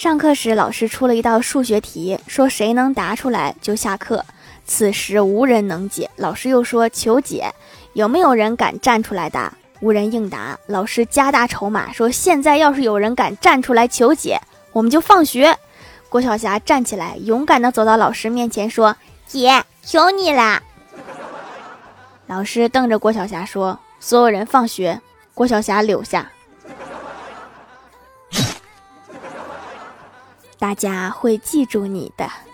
上课时，老师出了一道数学题，说谁能答出来就下课。此时无人能解，老师又说求解，有没有人敢站出来答？无人应答。老师加大筹码，说现在要是有人敢站出来求解，我们就放学。郭晓霞站起来，勇敢地走到老师面前说：姐，求你啦！老师瞪着郭晓霞说：所有人放学。郭晓霞留下。大家会记住你的。